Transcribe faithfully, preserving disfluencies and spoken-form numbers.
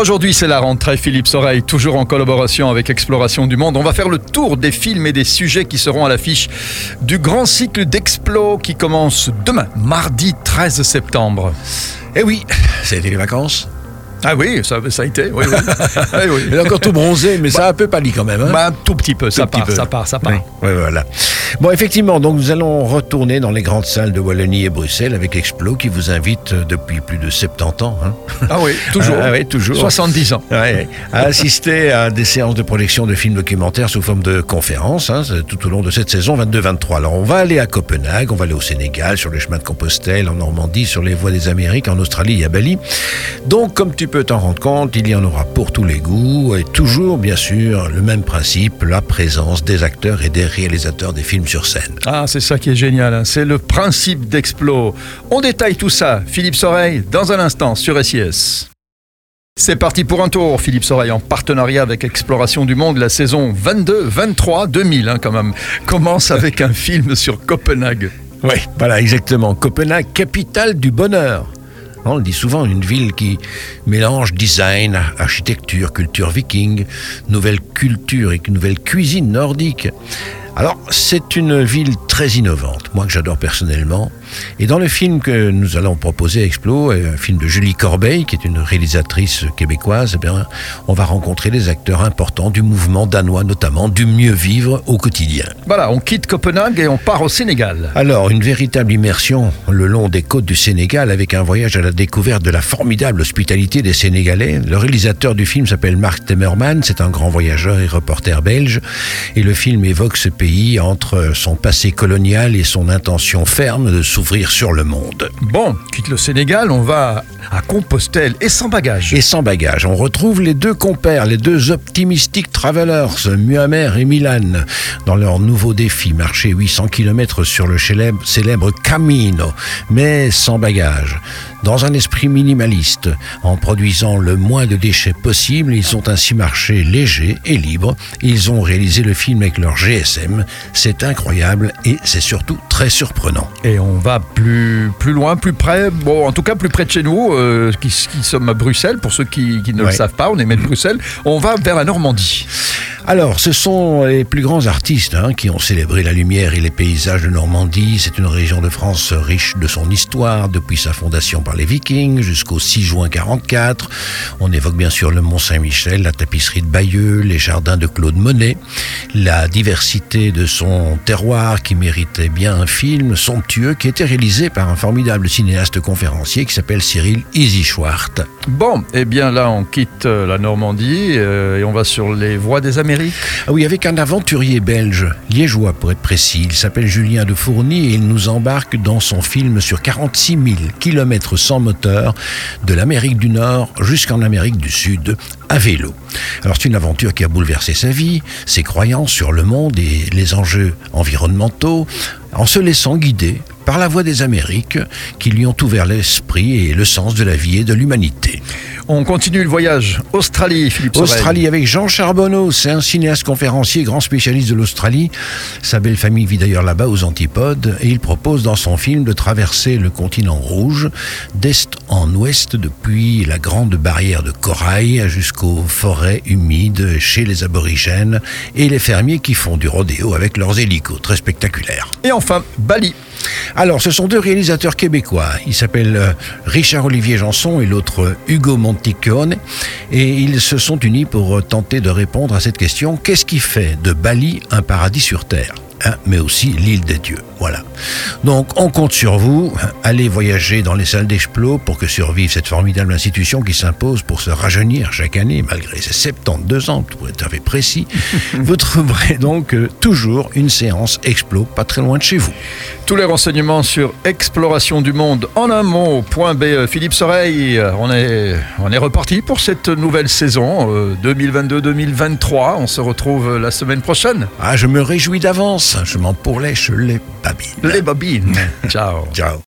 Aujourd'hui, c'est la rentrée Philippe Soreille, toujours en collaboration avec Exploration du Monde. On va faire le tour des films et des sujets qui seront à l'affiche du grand cycle d'Explo qui commence demain, mardi treize septembre. Eh oui, ça a été les vacances. Ah oui, ça, ça a été, oui, oui. oui, oui. Il est encore tout bronzé, mais bah, ça a un peu pâli quand même. Hein bah, un tout petit peu, ça, tout part, petit peu. ça part, ça part, ça part. Oui, voilà. Bon, effectivement, donc nous allons retourner dans les grandes salles de Wallonie et Bruxelles avec Explo qui vous invite depuis plus de soixante-dix ans. Hein. Ah oui, toujours. Ah, oui, toujours. soixante-dix ans. Ouais, à assister à des séances de projection de films documentaires sous forme de conférences hein, tout au long de cette saison vingt-deux vingt-trois. Alors, on va aller à Copenhague, on va aller au Sénégal, sur le chemin de Compostelle, en Normandie, sur les voies des Amériques, en Australie et à Bali. Donc, comme tu peux t'en rendre compte, il y en aura pour tous les goûts et toujours, bien sûr, le même principe, la présence des acteurs et des réalisateurs des films sur scène. Ah, c'est ça qui est génial, hein. C'est le principe d'Explo. On détaille tout ça, Philippe Soreille, dans un instant sur S I S. C'est parti pour un tour, Philippe Soreille, en partenariat avec Exploration du Monde. La saison vingt-deux vingt-trois deux mille, hein, quand même, commence avec un film sur Copenhague. Oui, voilà, exactement. Copenhague, capitale du bonheur. On le dit souvent, une ville qui mélange design, architecture, culture viking, nouvelle culture et nouvelle cuisine nordique. Alors, c'est une ville très innovante, moi que j'adore personnellement. Et dans le film que nous allons proposer à Explo, un film de Julie Corbeil, qui est une réalisatrice québécoise, eh bien, on va rencontrer des acteurs importants du mouvement danois, notamment du mieux vivre au quotidien. Voilà, on quitte Copenhague et on part au Sénégal. Alors, une véritable immersion le long des côtes du Sénégal avec un voyage à la découverte de la formidable hospitalité des Sénégalais. Le réalisateur du film s'appelle Mark Temmerman, c'est un grand voyageur et reporter belge. Et le film évoque ce pays entre son passé colonial et son intention ferme de s'ouvrir sur le monde. Bon, quitte le Sénégal, on va à Compostelle et sans bagages. Et sans bagages, on retrouve les deux compères, les deux optimistic travelers, Muammer et Milan, dans leur nouveau défi, marcher huit cents kilomètres sur le célèbre, célèbre Camino, mais sans bagages. Dans un esprit minimaliste, en produisant le moins de déchets possible, ils ont ainsi marché léger et libre. Ils ont réalisé le film avec leur G S M. C'est incroyable et c'est surtout très surprenant. Et on va plus, plus loin, plus près, bon, en tout cas plus près de chez nous, euh, qui, qui sommes à Bruxelles, pour ceux qui, qui ne ouais. le savent pas, on est de Bruxelles, on va vers la Normandie. Alors, ce sont les plus grands artistes hein, qui ont célébré la lumière et les paysages de Normandie. C'est une région de France riche de son histoire, depuis sa fondation par les Vikings jusqu'au six juin quarante-quatre. On évoque bien sûr le Mont-Saint-Michel, la tapisserie de Bayeux, les jardins de Claude Monet, la diversité de son terroir qui méritait bien un film somptueux qui était réalisé par un formidable cinéaste conférencier qui s'appelle Cyril Isichwart. Bon, eh bien là, on quitte la Normandie euh, et on va sur les voies des Amériques. Ah oui, avec un aventurier belge, liégeois pour être précis. Il s'appelle Julien de Fourny et il nous embarque dans son film sur quarante-six mille kilomètres sans moteur de l'Amérique du Nord jusqu'en Amérique du Sud à vélo. Alors c'est une aventure qui a bouleversé sa vie, ses croyances sur le monde et les enjeux environnementaux, en se laissant guider par la voix des Amériques qui lui ont ouvert l'esprit et le sens de la vie et de l'humanité. On continue le voyage. Australie, Philippe Soreille. Australie avec Jean Charbonneau, c'est un cinéaste conférencier, grand spécialiste de l'Australie. Sa belle famille vit d'ailleurs là-bas aux Antipodes et il propose dans son film de traverser le continent rouge d'est en ouest depuis la grande barrière de corail jusqu'aux forêts humides chez les aborigènes et les fermiers qui font du rodéo avec leurs hélicos, très spectaculaires. Et enfin, Bali. Alors, ce sont deux réalisateurs québécois. Ils s'appellent Richard-Olivier Janson et l'autre Hugo Monticone. Et ils se sont unis pour tenter de répondre à cette question. Qu'est-ce qui fait de Bali un paradis sur Terre ? Hein, mais aussi l'île des dieux. Voilà. Donc, on compte sur vous. Allez voyager dans les salles d'Explo pour que survive cette formidable institution qui s'impose pour se rajeunir chaque année, malgré ses soixante-douze ans, pour être très précis. Vous trouverez donc euh, toujours une séance Explo pas très loin de chez vous. Tous les renseignements sur Exploration du Monde en un mot, point B. Philippe Soreille, on est, on est reparti pour cette nouvelle saison euh, deux mille vingt-deux deux mille vingt-trois. On se retrouve la semaine prochaine. Ah, je me réjouis d'avance. Je m'en pourlèche les babines. Les babines. Ciao. Ciao.